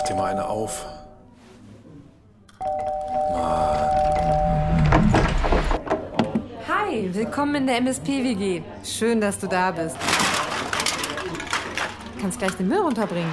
dir mal eine auf. Hi, willkommen in der MSP-WG. Schön, dass du da bist. Du kannst gleich den Müll runterbringen.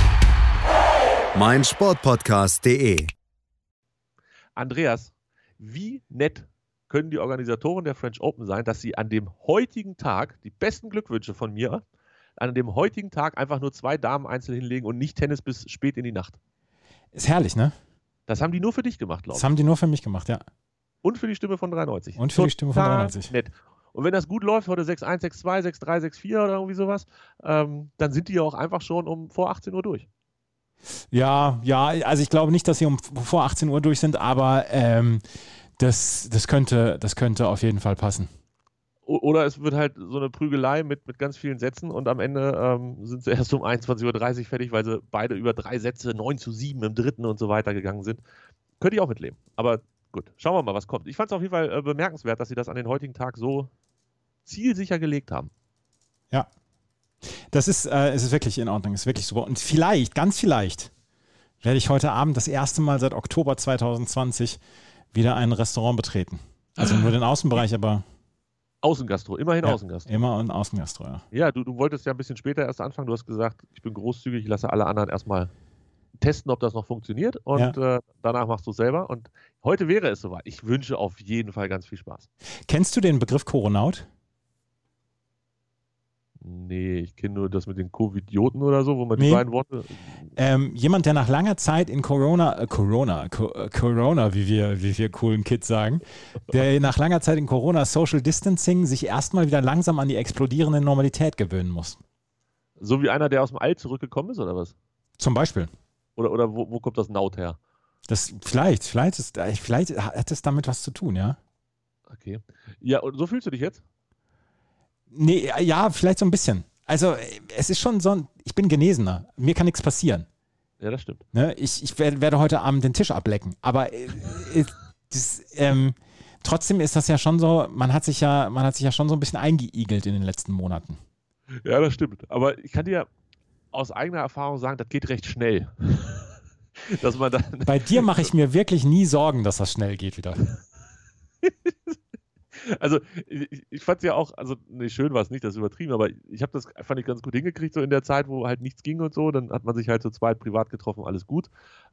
meinsportpodcast.de. Andreas, wie nett können die Organisatoren der French Open sein, dass sie an dem heutigen Tag, die besten Glückwünsche von mir, an dem heutigen Tag einfach nur 2 Damen einzeln hinlegen und nicht Tennis bis spät in die Nacht. Ist herrlich, ne? Das haben die nur für dich gemacht, glaube ich. Das haben die nur für mich gemacht, ja. Und für die Stimme von 93. Und für die Stimme von 93. Nett. Und wenn das gut läuft, heute 6-1, 6-2, 6-3, 6-4 oder irgendwie sowas, dann sind die ja auch einfach schon vor 18 Uhr durch. Ja, also ich glaube nicht, dass sie vor 18 Uhr durch sind, aber das könnte auf jeden Fall passen. Oder es wird halt so eine Prügelei mit ganz vielen Sätzen und am Ende sind sie erst um 21.30 Uhr fertig, weil sie beide über 3 Sätze 9-7 im dritten und so weiter gegangen sind. Könnte ich auch mitleben. Aber gut, schauen wir mal, was kommt. Ich fand es auf jeden Fall bemerkenswert, dass sie das an den heutigen Tag so zielsicher gelegt haben. Ja, es ist wirklich in Ordnung, es ist wirklich super. Und vielleicht, ganz vielleicht, werde ich heute Abend das erste Mal seit Oktober 2020 wieder ein Restaurant betreten. Also nur den Außenbereich, aber... Außengastro, immerhin ja, Außengastro. Immer ein Außengastro, ja. Ja, du wolltest ja ein bisschen später erst anfangen. Du hast gesagt, ich bin großzügig, ich lasse alle anderen erstmal testen, ob das noch funktioniert und danach machst du es selber. Und heute wäre es soweit. Ich wünsche auf jeden Fall ganz viel Spaß. Kennst du den Begriff Coronaut? Nee, ich kenne nur das mit den Covidioten oder so, wo man die beiden Worte... Jemand, der nach langer Zeit in Corona, wie wir coolen Kids sagen, der nach langer Zeit in Corona Social Distancing sich erstmal wieder langsam an die explodierende Normalität gewöhnen muss. So wie einer, der aus dem All zurückgekommen ist, oder was? Zum Beispiel. Oder wo kommt das Naut her? Das vielleicht hat es damit was zu tun, ja. Okay. Ja, und so fühlst du dich jetzt? Nee, ja, vielleicht so ein bisschen. Also es ist schon so, ich bin Genesener. Mir kann nichts passieren. Ja, das stimmt. Ne? Ich werde heute Abend den Tisch ablecken. Aber trotzdem ist das ja schon so, man hat sich ja schon so ein bisschen eingeigelt in den letzten Monaten. Ja, das stimmt. Aber ich kann dir aus eigener Erfahrung sagen, das geht recht schnell. Dass man dann Bei dir mache ich mir wirklich nie Sorgen, dass das schnell geht wieder. Also ich fand es ja auch, also nee, schön war es nicht, das ist übertrieben, aber fand ich ganz gut hingekriegt, so in der Zeit, wo halt nichts ging und so, dann hat man sich halt zu zweit privat getroffen, alles gut.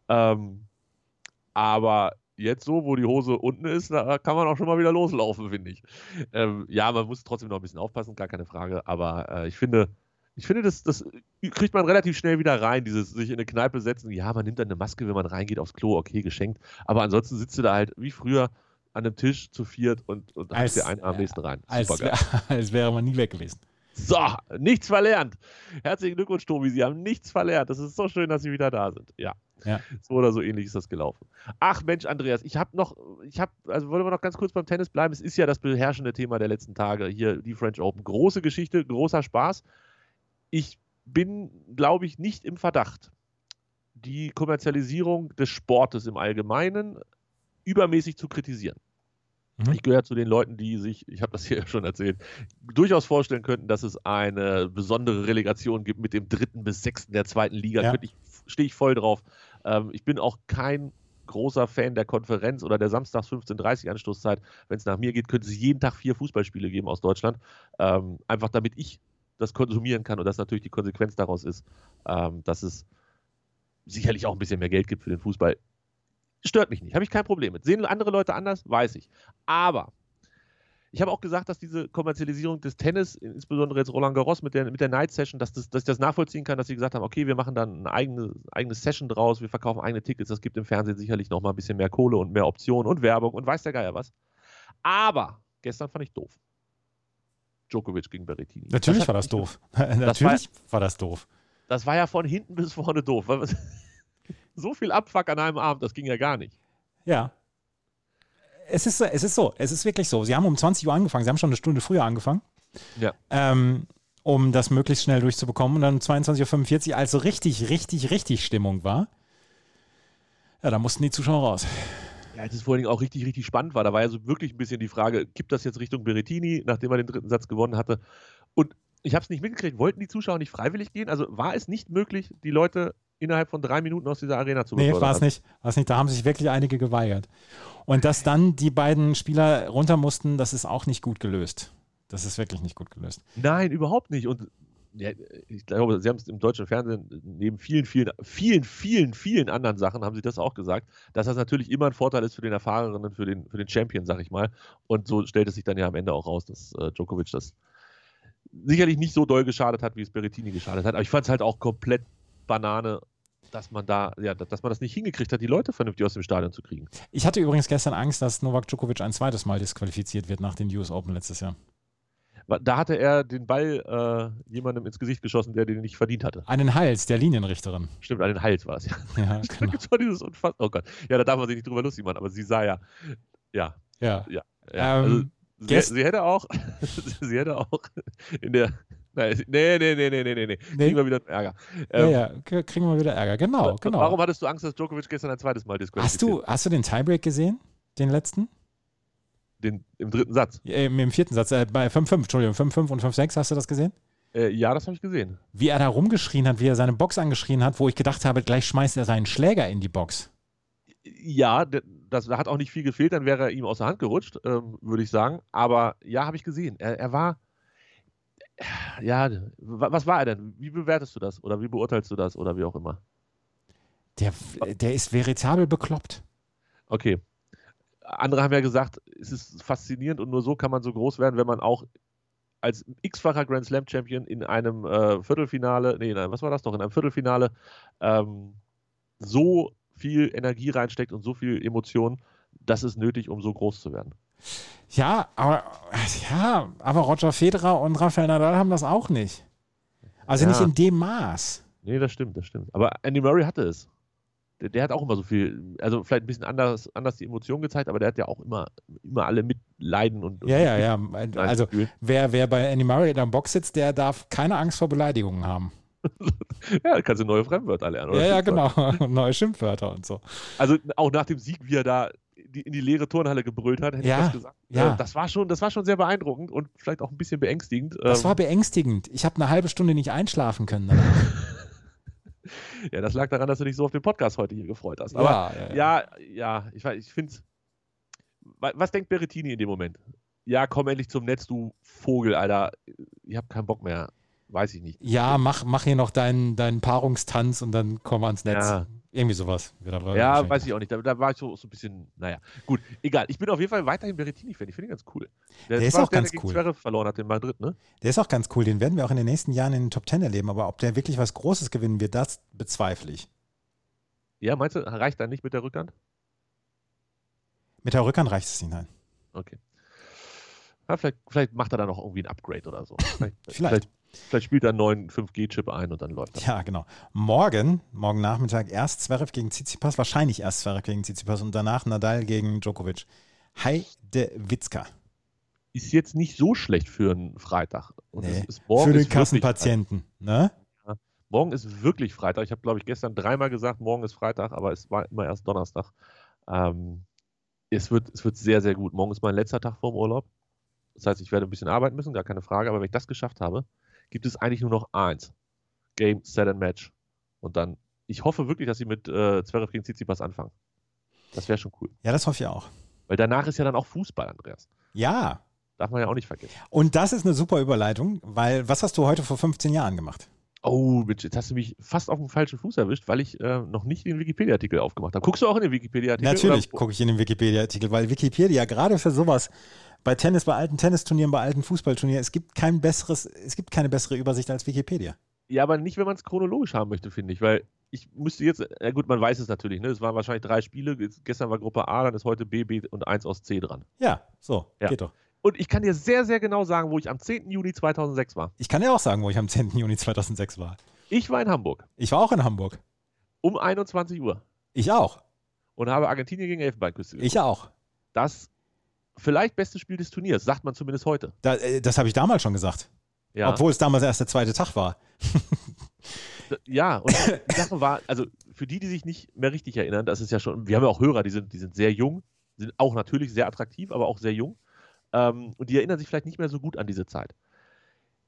Aber jetzt so, wo die Hose unten ist, da kann man auch schon mal wieder loslaufen, finde ich. Ja, man muss trotzdem noch ein bisschen aufpassen, gar keine Frage, aber ich finde, das kriegt man relativ schnell wieder rein, dieses sich in eine Kneipe setzen, ja, man nimmt dann eine Maske, wenn man reingeht aufs Klo, okay, geschenkt, aber ansonsten sitzt du da halt wie früher an einem Tisch zu viert und hast dir einen am nächsten rein. Supergeil. Als wäre man nie weg gewesen. So, nichts verlernt. Herzlichen Glückwunsch, Tobi. Sie haben nichts verlernt. Das ist so schön, dass Sie wieder da sind. Ja. So oder so ähnlich ist das gelaufen. Ach Mensch, Andreas, wollen wir noch ganz kurz beim Tennis bleiben? Es ist ja das beherrschende Thema der letzten Tage. Hier die French Open. Große Geschichte, großer Spaß. Ich bin, glaube ich, nicht im Verdacht, die Kommerzialisierung des Sportes im Allgemeinen übermäßig zu kritisieren. Ich gehöre zu den Leuten, die sich, ich habe das hier schon erzählt, durchaus vorstellen könnten, dass es eine besondere Relegation gibt mit dem 3. bis 6. der 2. Liga. Ja. Stehe ich voll drauf. Ich bin auch kein großer Fan der Konferenz oder der samstags 15:30 Uhr Anstoßzeit. Wenn es nach mir geht, könnte es jeden Tag 4 Fußballspiele geben aus Deutschland. Einfach damit ich das konsumieren kann und das natürlich die Konsequenz daraus ist, dass es sicherlich auch ein bisschen mehr Geld gibt für den Fußball. Stört mich nicht, habe ich kein Problem mit. Sehen andere Leute anders? Weiß ich. Aber ich habe auch gesagt, dass diese Kommerzialisierung des Tennis, insbesondere jetzt Roland Garros mit der Night Session, dass ich das nachvollziehen kann, dass sie gesagt haben, okay, wir machen dann eine eigene Session draus, wir verkaufen eigene Tickets, das gibt im Fernsehen sicherlich noch mal ein bisschen mehr Kohle und mehr Optionen und Werbung und weiß der Geier was. Aber gestern fand ich doof. Djokovic gegen Berrettini. Natürlich war das doof. Natürlich war das doof. Das war ja von hinten bis vorne doof. So viel Abfuck an einem Abend, das ging ja gar nicht. Ja. Es ist wirklich so. Sie haben um 20 Uhr angefangen, sie haben schon eine Stunde früher angefangen, um das möglichst schnell durchzubekommen. Und dann um 22:45 Uhr, als so richtig Stimmung war, ja, da mussten die Zuschauer raus. Ja, als es vor allen Dingen auch richtig spannend war, da war ja so wirklich ein bisschen die Frage, kippt das jetzt Richtung Berrettini, nachdem er den 3. Satz gewonnen hatte? Und ich habe es nicht mitgekriegt, wollten die Zuschauer nicht freiwillig gehen? Also war es nicht möglich, die Leute innerhalb von 3 Minuten aus dieser Arena zu befördern. Nee, war es nicht. Da haben sich wirklich einige geweigert. Und dass dann die beiden Spieler runter mussten, das ist auch nicht gut gelöst. Das ist wirklich nicht gut gelöst. Nein, überhaupt nicht. Und ja, ich glaube, sie haben es im deutschen Fernsehen neben vielen anderen Sachen haben sie das auch gesagt, dass das natürlich immer ein Vorteil ist für den Erfahrenen, für den Champion, sag ich mal. Und so stellt es sich dann ja am Ende auch raus, dass Djokovic das sicherlich nicht so doll geschadet hat, wie es Berrettini geschadet hat. Aber ich fand es halt auch komplett Banane, dass man das nicht hingekriegt hat, die Leute vernünftig aus dem Stadion zu kriegen. Ich hatte übrigens gestern Angst, dass Novak Djokovic ein zweites Mal disqualifiziert wird nach den US Open letztes Jahr. Da hatte er den Ball jemandem ins Gesicht geschossen, der den nicht verdient hatte. Einen Hals, der Linienrichterin. Stimmt, einen Hals war es, ja. Ja, Da genau. gibt's mal dieses oh Gott. Ja, da darf man sich nicht drüber lustig machen, aber sie sah ja. Also, sie hätte auch in der nee. Kriegen wir wieder Ärger. Kriegen wir wieder Ärger. Genau. Warum hattest du Angst, dass Djokovic gestern ein zweites Mal disqualifiziert? Hast du den Tiebreak gesehen? Den letzten? Im dritten Satz? Im vierten Satz, bei 5-5, Entschuldigung, 5-5 und 5-6, hast du das gesehen? Ja, das habe ich gesehen. Wie er da rumgeschrien hat, wie er seine Box angeschrien hat, wo ich gedacht habe, gleich schmeißt er seinen Schläger in die Box. Ja, da hat auch nicht viel gefehlt, dann wäre er ihm aus der Hand gerutscht, würde ich sagen. Aber ja, habe ich gesehen. Er war, ja, was war er denn? Wie bewertest du das? Oder wie beurteilst du das? Oder wie auch immer? Der ist veritabel bekloppt. Okay. Andere haben ja gesagt, es ist faszinierend und nur so kann man so groß werden, wenn man auch als x-facher Grand Slam Champion in einem Viertelfinale, was war das doch, in einem Viertelfinale so viel Energie reinsteckt und so viel Emotion, das ist nötig, um so groß zu werden. Ja, aber Roger Federer und Rafael Nadal haben das auch nicht. Also nicht in dem Maß. Nee, das stimmt. Aber Andy Murray hatte es. Der hat auch immer so viel, also vielleicht ein bisschen anders die Emotionen gezeigt, aber der hat ja auch immer alle mitleiden und ja. Also wer bei Andy Murray in der Box sitzt, der darf keine Angst vor Beleidigungen haben. Ja, da kannst du neue Fremdwörter lernen. Oder Ja, genau. Neue Schimpfwörter und so. Also auch nach dem Sieg, wie er da in die leere Turnhalle gebrüllt hat, hätte ich das gesagt. Ja. Das war schon sehr beeindruckend und vielleicht auch ein bisschen beängstigend. Das war beängstigend. Ich habe eine halbe Stunde nicht einschlafen können. Ja, das lag daran, dass du dich so auf den Podcast heute hier gefreut hast. Aber ich finde es. Was denkt Berrettini in dem Moment? Ja, komm endlich zum Netz, du Vogel, Alter. Ich habe keinen Bock mehr. Weiß ich nicht. Ja, mach hier noch deinen Paarungstanz und dann komm ans Netz. Ja. Irgendwie sowas. Ja, weiß ich auch nicht. Da war ich so ein bisschen, gut, egal. Ich bin auf jeden Fall weiterhin Berrettini-Fan. Ich finde ihn ganz cool. Der ist auch ganz cool. Der Zverev verloren hat in Madrid, ne? Der ist auch ganz cool. Den werden wir auch in den nächsten Jahren in den Top 10 erleben. Aber ob der wirklich was Großes gewinnen wird, das bezweifle ich. Ja, meinst du, reicht dann nicht mit der Rückhand? Mit der Rückhand reicht es nicht, nein. Okay. Ja, vielleicht macht er da noch irgendwie ein Upgrade oder so. Vielleicht spielt er einen neuen 5G-Chip ein und dann läuft das. Ja, genau. Morgen Nachmittag erst Zverev gegen Tsitsipas, wahrscheinlich erst Zverev gegen Tsitsipas und danach Nadal gegen Djokovic. Heidewitzka. Ist jetzt nicht so schlecht für einen Freitag. Und nee, für den Kassenpatienten. Ne? Ja, morgen ist wirklich Freitag. Ich habe, glaube ich, gestern 3-mal gesagt, morgen ist Freitag, aber es war immer erst Donnerstag. Es wird sehr, sehr gut. Morgen ist mein letzter Tag vor dem Urlaub. Das heißt, ich werde ein bisschen arbeiten müssen, gar keine Frage. Aber wenn ich das geschafft habe, gibt es eigentlich nur noch eins. Game, Set and Match. Und dann, ich hoffe wirklich, dass sie mit Zverev gegen Tsitsipas anfangen. Das wäre schon cool. Ja, das hoffe ich auch. Weil danach ist ja dann auch Fußball, Andreas. Ja. Darf man ja auch nicht vergessen. Und das ist eine super Überleitung, weil was hast du heute vor 15 Jahren gemacht? Oh, Mensch, jetzt hast du mich fast auf dem falschen Fuß erwischt, weil ich noch nicht den Wikipedia-Artikel aufgemacht habe. Guckst du auch in den Wikipedia-Artikel? Natürlich gucke ich in den Wikipedia-Artikel, weil Wikipedia gerade für sowas, bei Tennis, bei alten Tennisturnieren, bei alten Fußballturnieren, es gibt keine bessere Übersicht als Wikipedia. Ja, aber nicht, wenn man es chronologisch haben möchte, finde ich, weil ich müsste jetzt, ja gut, man weiß es natürlich, ne? Es waren wahrscheinlich 3 Spiele, gestern war Gruppe A, dann ist heute B, B und 1 aus C dran. Ja, so, geht doch. Und ich kann dir sehr, sehr genau sagen, wo ich am 10. Juni 2006 war. Ich kann dir auch sagen, wo ich am 10. Juni 2006 war. Ich war in Hamburg. Ich war auch in Hamburg. Um 21 Uhr. Ich auch. Und habe Argentinien gegen Elfenbeinküste geguckt. Ich auch. Das vielleicht beste Spiel des Turniers, sagt man zumindest heute. Das habe ich damals schon gesagt. Ja. Obwohl es damals erst der zweite Tag war. Ja, und die Sache war, also für die sich nicht mehr richtig erinnern, das ist ja schon, wir haben ja auch Hörer, die sind sehr jung, sind auch natürlich sehr attraktiv, aber auch sehr jung. Und die erinnern sich vielleicht nicht mehr so gut an diese Zeit.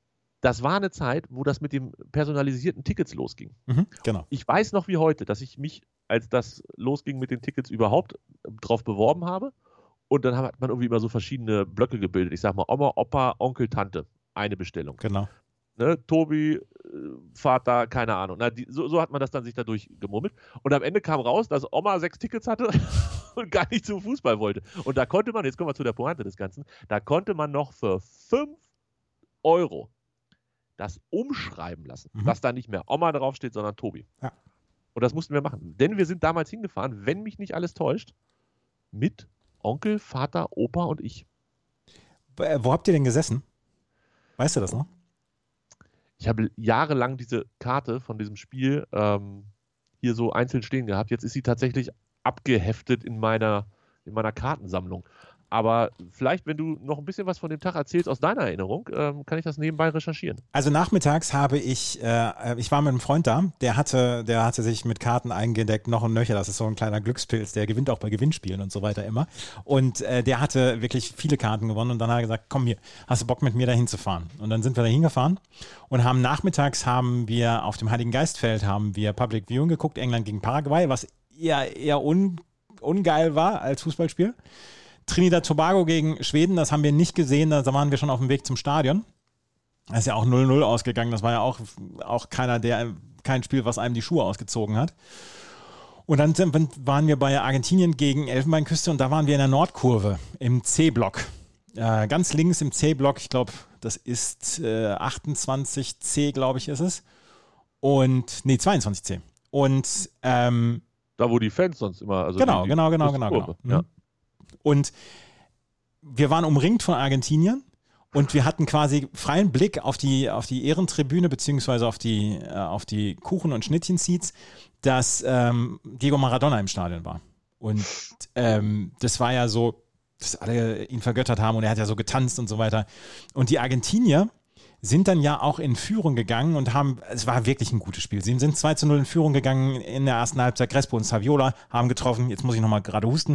das war eine Zeit, wo das mit dem personalisierten Tickets losging. Genau. Ich weiß noch wie heute, dass ich mich, als das losging mit den Tickets, überhaupt drauf beworben habe. Und dann hat man irgendwie immer so verschiedene Blöcke gebildet. Ich sag mal Oma, Opa, Onkel, Tante. Eine Bestellung. Genau. Ne, Tobi, Vater, keine Ahnung. Na, so hat man das dann sich da durchgemurmelt. Und am Ende kam raus, dass Oma 6 Tickets hatte und gar nicht zum Fußball wollte. Und da konnte man, jetzt kommen wir zu der Pointe des Ganzen, da konnte man noch für 5 € das umschreiben lassen, dass da nicht mehr Oma draufsteht, sondern Tobi. Ja. Und das mussten wir machen. Denn wir sind damals hingefahren, wenn mich nicht alles täuscht, mit Onkel, Vater, Opa und ich. Wo habt ihr denn gesessen? Weißt du das noch? Ich habe jahrelang diese Karte von diesem Spiel hier so einzeln stehen gehabt. Jetzt ist sie tatsächlich abgeheftet in meiner Kartensammlung. Aber vielleicht, wenn du noch ein bisschen was von dem Tag erzählst aus deiner Erinnerung, kann ich das nebenbei recherchieren. Also nachmittags habe ich war mit einem Freund da, der hatte sich mit Karten eingedeckt, noch und nöcher, das ist so ein kleiner Glückspilz, der gewinnt auch bei Gewinnspielen und so weiter immer. Und der hatte wirklich viele Karten gewonnen und dann hat er gesagt, komm hier, hast du Bock mit mir dahin zu fahren? Und dann sind wir da hingefahren und nachmittags haben wir auf dem Heiligen Geistfeld Public Viewing geguckt, England gegen Paraguay, was eher ungeil war als Fußballspiel. Trinidad Tobago gegen Schweden, das haben wir nicht gesehen, da waren wir schon auf dem Weg zum Stadion. Das ist ja auch 0-0 ausgegangen, das war ja auch kein Spiel, was einem die Schuhe ausgezogen hat. Und dann waren wir bei Argentinien gegen Elfenbeinküste und da waren wir in der Nordkurve im C-Block. Ganz links im C-Block, ich glaube, das ist 28C, glaube ich, ist es. 22C. Und da, wo die Fans sonst immer... Also genau. Ja. Und wir waren umringt von Argentiniern und wir hatten quasi freien Blick auf die Ehrentribüne beziehungsweise auf die Kuchen- und Schnittchen-Seats, dass Diego Maradona im Stadion war. Und das war ja so, dass alle ihn vergöttert haben und er hat ja so getanzt und so weiter. Und die Argentinier sind dann ja auch in Führung gegangen und es war wirklich ein gutes Spiel. Sie sind 2-0 in Führung gegangen in der ersten Halbzeit. Crespo und Saviola haben getroffen. Jetzt muss ich nochmal gerade husten.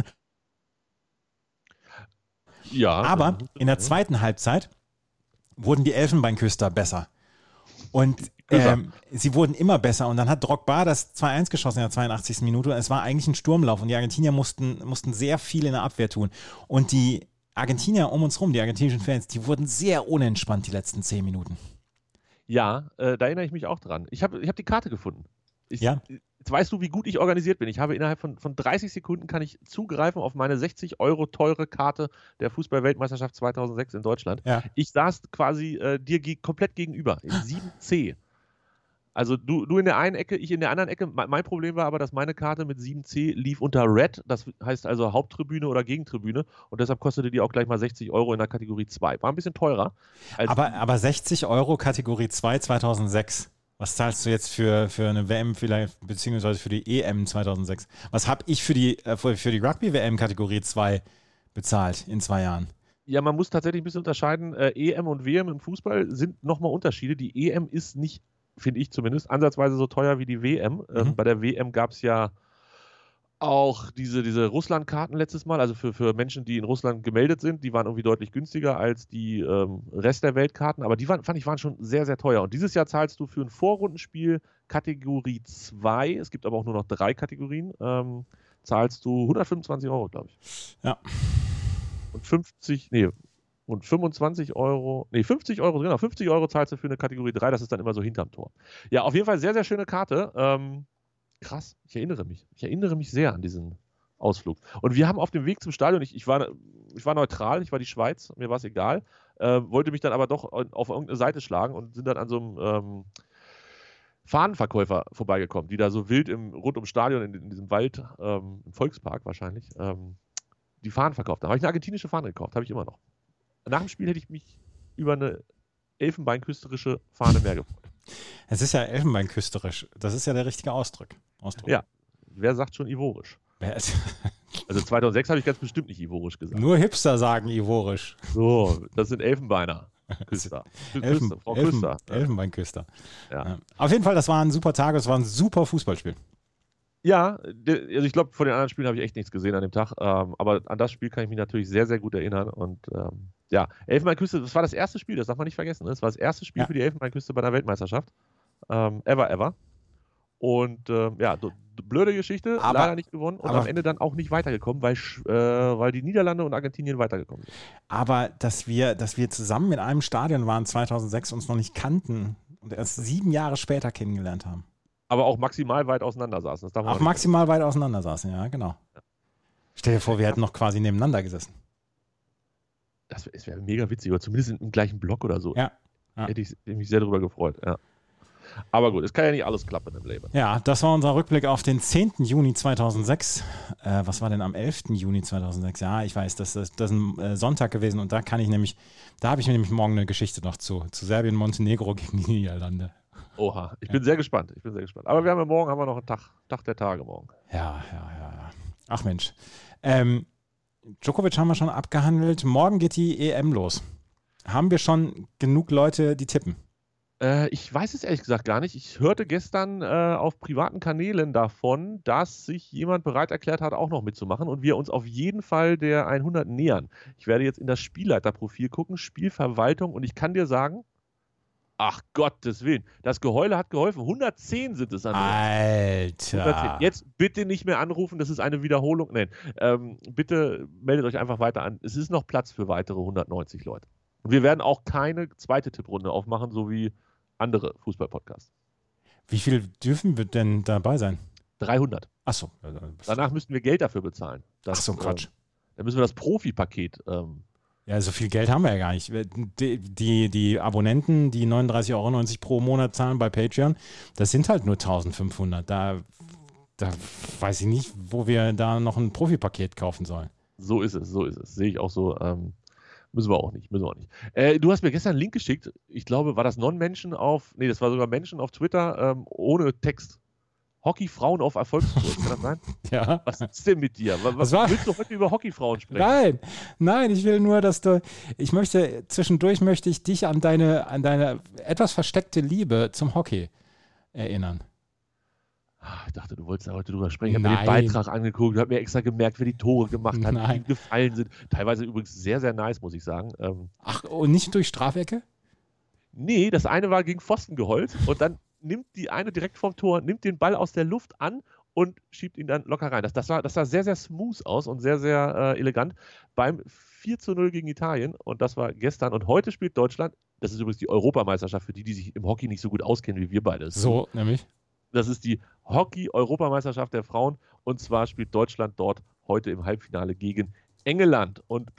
Ja, aber in der zweiten Halbzeit wurden die Elfenbeinküster besser. Und sie wurden immer besser. Und dann hat Drogba das 2-1 geschossen in der 82. Minute. Und es war eigentlich ein Sturmlauf. Und die Argentinier mussten sehr viel in der Abwehr tun. Und die Argentinier um uns rum, die argentinischen Fans, die wurden sehr unentspannt die letzten 10 Minuten. Ja, da erinnere ich mich auch dran. Ich hab die Karte gefunden. Jetzt weißt du, wie gut ich organisiert bin. Ich habe innerhalb von 30 Sekunden kann ich zugreifen auf meine 60 € teure Karte der Fußball-Weltmeisterschaft 2006 in Deutschland. Ja. Ich saß quasi dir komplett gegenüber, in 7C. Also du in der einen Ecke, ich in der anderen Ecke. Mein Problem war aber, dass meine Karte mit 7C lief unter Red, das heißt also Haupttribüne oder Gegentribüne und deshalb kostete die auch gleich mal 60 € in der Kategorie 2. War ein bisschen teurer. Aber 60 € Kategorie 2 2006. Was zahlst du jetzt für eine WM vielleicht, beziehungsweise für die EM 2006? Was habe ich für die Rugby-WM Kategorie 2 bezahlt in 2 Jahren? Ja, man muss tatsächlich ein bisschen unterscheiden. EM und WM im Fußball sind nochmal Unterschiede. Die EM ist nicht, finde ich zumindest, ansatzweise so teuer wie die WM. Bei der WM gab es ja auch diese Russland-Karten letztes Mal, also für Menschen, die in Russland gemeldet sind, die waren irgendwie deutlich günstiger als die Rest der Weltkarten, aber die waren schon sehr, sehr teuer. Und dieses Jahr zahlst du für ein Vorrundenspiel Kategorie 2, es gibt aber auch nur noch 3 Kategorien, zahlst du 125 €, glaube ich. Ja. Und 50 €, genau, 50 € zahlst du für eine Kategorie 3, das ist dann immer so hinterm Tor. Ja, auf jeden Fall sehr, sehr schöne Karte. Krass, ich erinnere mich sehr an diesen Ausflug. Und wir haben auf dem Weg zum Stadion, ich war neutral, ich war die Schweiz, mir war es egal, wollte mich dann aber doch auf irgendeine Seite schlagen und sind dann an so einem Fahnenverkäufer vorbeigekommen, die da so wild rund ums Stadion in diesem Wald, im Volkspark wahrscheinlich, die Fahnen verkauft haben. Habe ich eine argentinische Fahne gekauft, habe ich immer noch. Nach dem Spiel hätte ich mich über eine elfenbeinküsterische Fahne mehr gefreut. Es ist ja elfenbeinküsterisch. Das ist ja der richtige Ausdruck. Ja, wer sagt schon ivorisch? Also 2006 habe ich ganz bestimmt nicht ivorisch gesagt. Nur Hipster sagen ivorisch. So, das sind Elfenbeiner. Küster. Frau Küster. Elfenbeinküster. Ja. Auf jeden Fall, das war ein super Tag, es war ein super Fußballspiel. Ja, also ich glaube, von den anderen Spielen habe ich echt nichts gesehen an dem Tag, aber an das Spiel kann ich mich natürlich sehr, sehr gut erinnern und Ja, Elfenbeinküste, das war das erste Spiel, das darf man nicht vergessen. Ne? Das war das erste Spiel für die Elfenbeinküste bei der Weltmeisterschaft. Ever. Und blöde Geschichte, leider nicht gewonnen und am Ende dann auch nicht weitergekommen, weil die Niederlande und Argentinien weitergekommen sind. Aber dass wir zusammen in einem Stadion waren 2006, uns noch nicht kannten und erst 7 Jahre später kennengelernt haben. Aber auch maximal weit auseinander saßen. Das darf man auch maximal weit auseinander saßen, ja, genau. Ja. Stell dir vor, wir hätten noch quasi nebeneinander gesessen. Das wäre mega witzig, oder zumindest im gleichen Block oder so. Ja. Hätte ich mich sehr darüber gefreut, ja. Aber gut, es kann ja nicht alles klappen im Leben. Ja, das war unser Rückblick auf den 10. Juni 2006. Was war denn am 11. Juni 2006? Ja, ich weiß, das ist ein Sonntag gewesen und da habe ich nämlich morgen eine Geschichte noch zu Serbien, Montenegro gegen die Niederlande. Oha, ich bin sehr gespannt. Aber wir haben morgen noch einen Tag der Tage morgen. Ja. Ach Mensch. Djokovic haben wir schon abgehandelt. Morgen geht die EM los. Haben wir schon genug Leute, die tippen? Ich weiß es ehrlich gesagt gar nicht. Ich hörte gestern auf privaten Kanälen davon, dass sich jemand bereit erklärt hat, auch noch mitzumachen und wir uns auf jeden Fall der 100 nähern. Ich werde jetzt in das Spielleiterprofil gucken, Spielverwaltung, und ich kann dir sagen, ach Gottes Willen, das Geheule hat geholfen. 110 sind es, Andreas. Alter. 110. Jetzt bitte nicht mehr anrufen, das ist eine Wiederholung. Nein, bitte meldet euch einfach weiter an. Es ist noch Platz für weitere 190 Leute. Und wir werden auch keine zweite Tipprunde aufmachen, so wie andere Fußball-Podcasts. Wie viel dürfen wir denn dabei sein? 300. Achso. Danach müssten wir Geld dafür bezahlen. Achso, Quatsch. Dann müssen wir das Profi-Paket. Ja, so viel Geld haben wir ja gar nicht. Die Abonnenten, die 39,90 € pro Monat zahlen bei Patreon, das sind halt nur 1.500. Da weiß ich nicht, wo wir da noch ein Profi-Paket kaufen sollen. So ist es. Sehe ich auch so. Müssen wir auch nicht. Du hast mir gestern einen Link geschickt. Ich glaube, war das das war sogar Menschen auf Twitter ohne Text. Hockeyfrauen auf Erfolgskurs, kann das sein? Ja. Was ist denn mit dir? Was willst du heute über Hockeyfrauen sprechen? Nein, ich will nur, dass zwischendurch möchte ich dich an deine etwas versteckte Liebe zum Hockey erinnern. Ich dachte, du wolltest da heute drüber sprechen. Ich habe mir den Beitrag angeguckt, habe mir extra gemerkt, wer die Tore gemacht hat, wie gefallen sind. Teilweise übrigens sehr, sehr nice, muss ich sagen. Ach, und nicht durch Strafecke? Nee, das eine war gegen Pfosten geholt und dann nimmt die eine direkt vom Tor, nimmt den Ball aus der Luft an und schiebt ihn dann locker rein. Das sah sehr, sehr smooth aus und sehr, sehr elegant beim 4:0 gegen Italien. Und das war gestern. Und heute spielt Deutschland, das ist übrigens die Europameisterschaft für die sich im Hockey nicht so gut auskennen wie wir beide. So, nämlich? Das ist die Hockey-Europameisterschaft der Frauen. Und zwar spielt Deutschland dort heute im Halbfinale gegen England. Und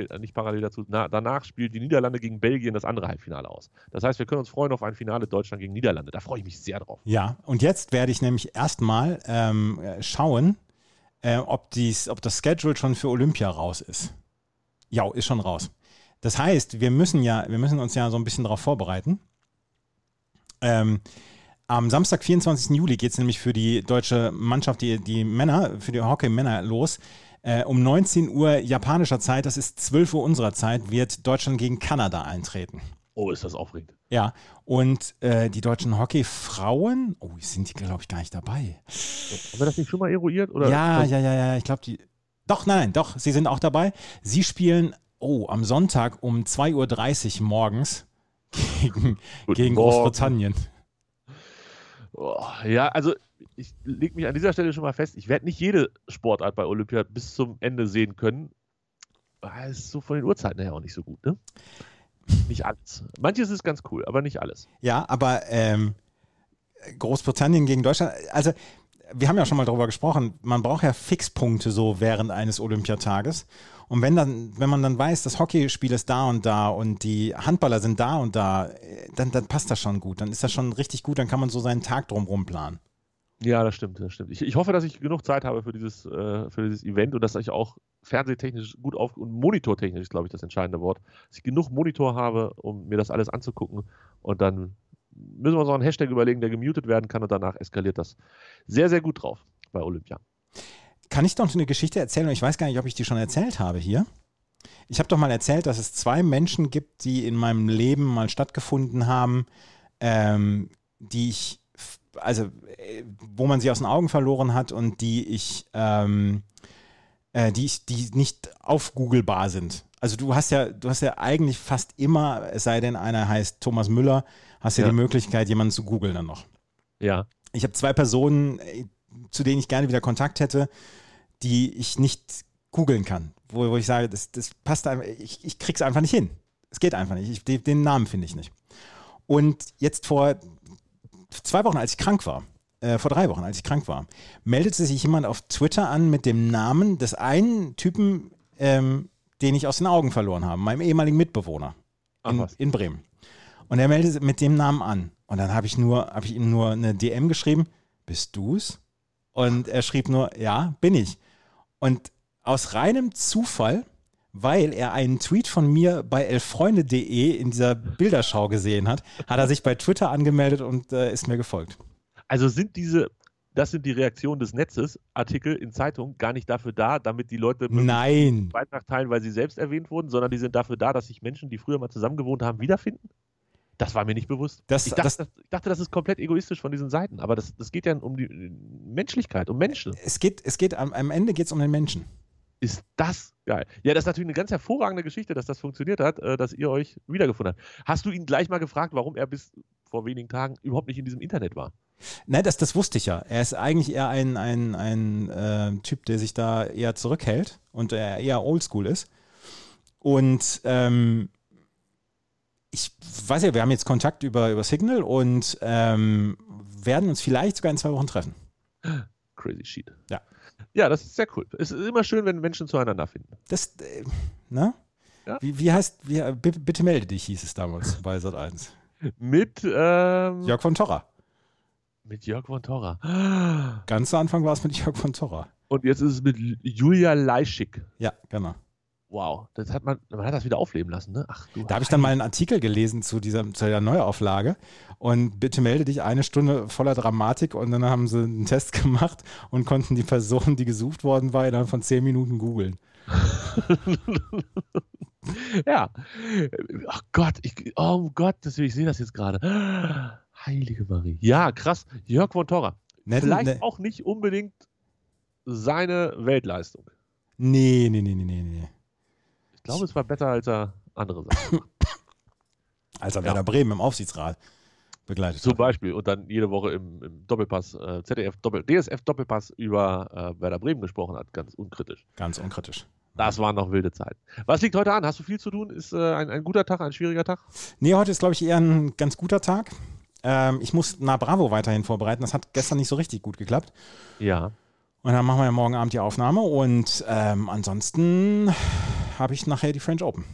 danach spielt die Niederlande gegen Belgien das andere Halbfinale aus. Das heißt, wir können uns freuen auf ein Finale Deutschland gegen Niederlande. Da freue ich mich sehr drauf. Ja, und jetzt werde ich nämlich erstmal schauen, ob das Schedule schon für Olympia raus ist. Ja, ist schon raus. Das heißt, wir müssen uns ja so ein bisschen darauf vorbereiten. Am Samstag, 24. Juli geht es nämlich für die deutsche Mannschaft, die Männer, für die Hockey-Männer los. Um 19 Uhr japanischer Zeit, das ist 12 Uhr unserer Zeit, wird Deutschland gegen Kanada eintreten. Oh, ist das aufregend. Ja, und die deutschen Hockeyfrauen, sind die, glaube ich, gar nicht dabei. Haben wir das nicht schon mal eruiert? Oder? Ja, ich glaube, doch, sie sind auch dabei. Sie spielen, am Sonntag um 2:30 Uhr morgens gegen Großbritannien. Ja, also ich lege mich an dieser Stelle schon mal fest, ich werde nicht jede Sportart bei Olympia bis zum Ende sehen können. Es ist so von den Uhrzeiten her auch nicht so gut, ne? Nicht alles. Manches ist ganz cool, aber nicht alles. Ja, aber Großbritannien gegen Deutschland, also wir haben ja schon mal darüber gesprochen, man braucht ja Fixpunkte so während eines Olympiatages. Und wenn man dann weiß, das Hockeyspiel ist da und die Handballer sind da und da, dann passt das schon gut. Dann ist das schon richtig gut, dann kann man so seinen Tag drumherum planen. Ja, das stimmt. Ich hoffe, dass ich genug Zeit habe für dieses Event und dass ich auch fernsehtechnisch gut und monitortechnisch ist, glaube ich, das entscheidende Wort, dass ich genug Monitor habe, um mir das alles anzugucken, und dann müssen wir uns auch einen Hashtag überlegen, der gemutet werden kann, und danach eskaliert das sehr, sehr gut drauf bei Olympia. Kann ich doch eine Geschichte erzählen? Und ich weiß gar nicht, ob ich die schon erzählt habe hier. Ich habe doch mal erzählt, dass es 2 Menschen gibt, die in meinem Leben mal stattgefunden haben, wo man sie aus den Augen verloren hat und die nicht aufgooglebar sind. Also du hast ja eigentlich fast immer, es sei denn, einer heißt Thomas Müller, hast ja die Möglichkeit, jemanden zu googeln dann noch. Ja. Ich habe 2 Personen, zu denen ich gerne wieder Kontakt hätte, die ich nicht googeln kann. Wo ich sage, das passt einfach, ich krieg's einfach nicht hin. Es geht einfach nicht. Den Namen finde ich nicht. Und jetzt vor 2 Wochen, als ich krank war, vor 3 Wochen, als ich krank war, meldete sich jemand auf Twitter an mit dem Namen des einen Typen, den ich aus den Augen verloren habe, meinem ehemaligen Mitbewohner in Bremen. Und er meldete mit dem Namen an. Und dann habe ich ihm nur eine DM geschrieben, bist du's? Und er schrieb nur, ja, bin ich. Und aus reinem Zufall, weil er einen Tweet von mir bei elffreunde.de in dieser Bilderschau gesehen hat, hat er sich bei Twitter angemeldet und ist mir gefolgt. Also das sind die Reaktionen des Netzes, Artikel in Zeitungen, gar nicht dafür da, damit die Leute einen Beitrag teilen, weil sie selbst erwähnt wurden, sondern die sind dafür da, dass sich Menschen, die früher mal zusammen gewohnt haben, wiederfinden? Das war mir nicht bewusst. Ich dachte, das ist komplett egoistisch von diesen Seiten, aber das geht ja um die Menschlichkeit, um Menschen. Am Ende geht es um den Menschen. Ist das geil. Ja, das ist natürlich eine ganz hervorragende Geschichte, dass das funktioniert hat, dass ihr euch wiedergefunden habt. Hast du ihn gleich mal gefragt, warum er bis vor wenigen Tagen überhaupt nicht in diesem Internet war? Nein, das wusste ich ja. Er ist eigentlich eher ein Typ, der sich da eher zurückhält und eher oldschool ist. Und ich weiß ja, wir haben jetzt Kontakt über Signal und werden uns vielleicht sogar in 2 Wochen treffen. Crazy shit. Ja. Ja, das ist sehr cool. Es ist immer schön, wenn Menschen zueinander finden. Das, ne? Ja. Bitte melde dich, hieß es damals bei Sat.1. Mit Jörg von Torra. Mit Jörg von Torra. Ganz zu Anfang war es mit Jörg von Torra. Und jetzt ist es mit Julia Leischig. Ja, genau. Wow, man hat das wieder aufleben lassen, ne? Ach, da habe ich dann mal einen Artikel gelesen zu der Neuauflage und bitte melde dich, 1 Stunde voller Dramatik und dann haben sie einen Test gemacht und konnten die Person, die gesucht worden war, innerhalb von 10 Minuten googeln. Ja. Ach Gott, ich sehe das jetzt gerade. Heilige Marie. Ja, krass. Jörg von Torra. Vielleicht auch nicht unbedingt seine Weltleistung. Nee. Ich glaube, es war besser, als er andere Sachen macht. Als er Werder Bremen im Aufsichtsrat begleitet Zum Beispiel. Und dann jede Woche im Doppelpass, DSF-Doppelpass über Werder Bremen gesprochen hat. Ganz unkritisch. Ganz unkritisch. Das waren noch wilde Zeiten. Was liegt heute an? Hast du viel zu tun? Ist ein guter Tag, ein schwieriger Tag? Nee, heute ist, glaube ich, eher ein ganz guter Tag. Ich muss Na Bravo weiterhin vorbereiten. Das hat gestern nicht so richtig gut geklappt. Ja. Und dann machen wir ja morgen Abend die Aufnahme. Und ansonsten habe ich nachher die French Open.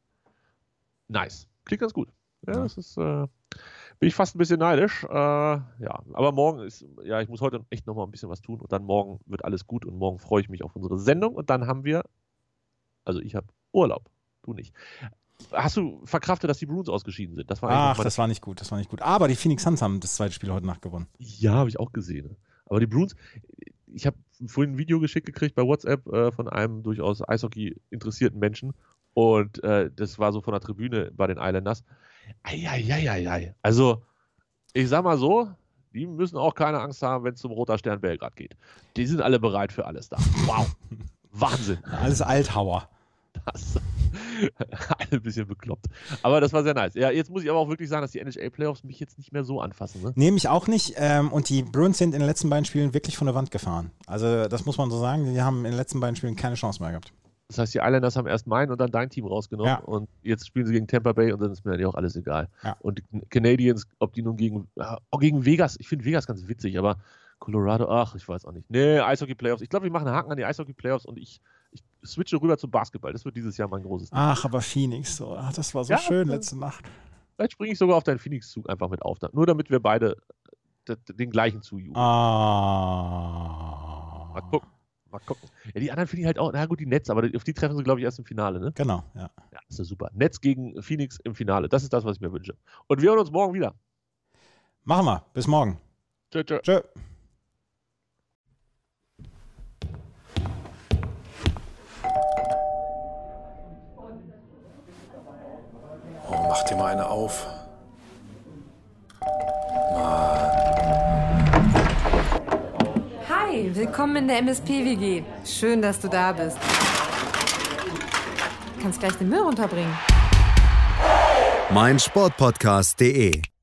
Nice. Klingt ganz gut. Ja, das ist, bin ich fast ein bisschen neidisch. Ja, aber morgen ich muss heute echt nochmal ein bisschen was tun und dann morgen wird alles gut und morgen freue ich mich auf unsere Sendung und dann haben wir, also ich habe Urlaub, du nicht. Hast du verkraftet, dass die Bruins ausgeschieden sind? Das war das war nicht gut, Aber die Phoenix Suns haben das 2. Spiel heute Nacht gewonnen. Ja, habe ich auch gesehen. Aber die Bruins, ich habe vorhin ein Video geschickt gekriegt bei WhatsApp von einem durchaus Eishockey interessierten Menschen und das war so von der Tribüne bei den Islanders. Eieieiei. Also, ich sag mal so, die müssen auch keine Angst haben, wenn es zum Roter Stern Belgrad geht. Die sind alle bereit für alles da. Wow. Wahnsinn. Alles Althauer. Das ein bisschen bekloppt. Aber das war sehr nice. Ja, jetzt muss ich aber auch wirklich sagen, dass die NHL-Playoffs mich jetzt nicht mehr so anfassen. Ne? Nee, mich auch nicht. Und die Bruins sind in den letzten beiden Spielen wirklich von der Wand gefahren. Also, das muss man so sagen. Die haben in den letzten beiden Spielen keine Chance mehr gehabt. Das heißt, die Islanders haben erst mein und dann dein Team rausgenommen und jetzt spielen sie gegen Tampa Bay und dann ist mir dann auch alles egal. Ja. Und die Canadiens, ob die nun gegen Vegas, ich finde Vegas ganz witzig, aber Colorado, ich weiß auch nicht. Nee, Eishockey-Playoffs. Ich glaube, wir machen einen Haken an die Eishockey-Playoffs und ich switche rüber zum Basketball. Das wird dieses Jahr mein großes Ding. Ach, aber Phoenix, das war so schön letzte Nacht. Vielleicht springe ich sogar auf deinen Phoenix-Zug einfach mit auf. Nur damit wir beide den gleichen zujubeln. Mal gucken. Ja, die anderen finde ich halt auch, na gut, die Nets, aber auf die treffen sie, glaube ich, erst im Finale, ne? Genau, ja. Ja, das ist super. Nets gegen Phoenix im Finale. Das ist das, was ich mir wünsche. Und wir hören uns morgen wieder. Machen wir. Bis morgen. Tschö. Oh, mach dir mal eine auf. Hi, willkommen in der MSP-WG. Schön, dass du da bist. Kannst gleich den Müll runterbringen. meinsportpodcast.de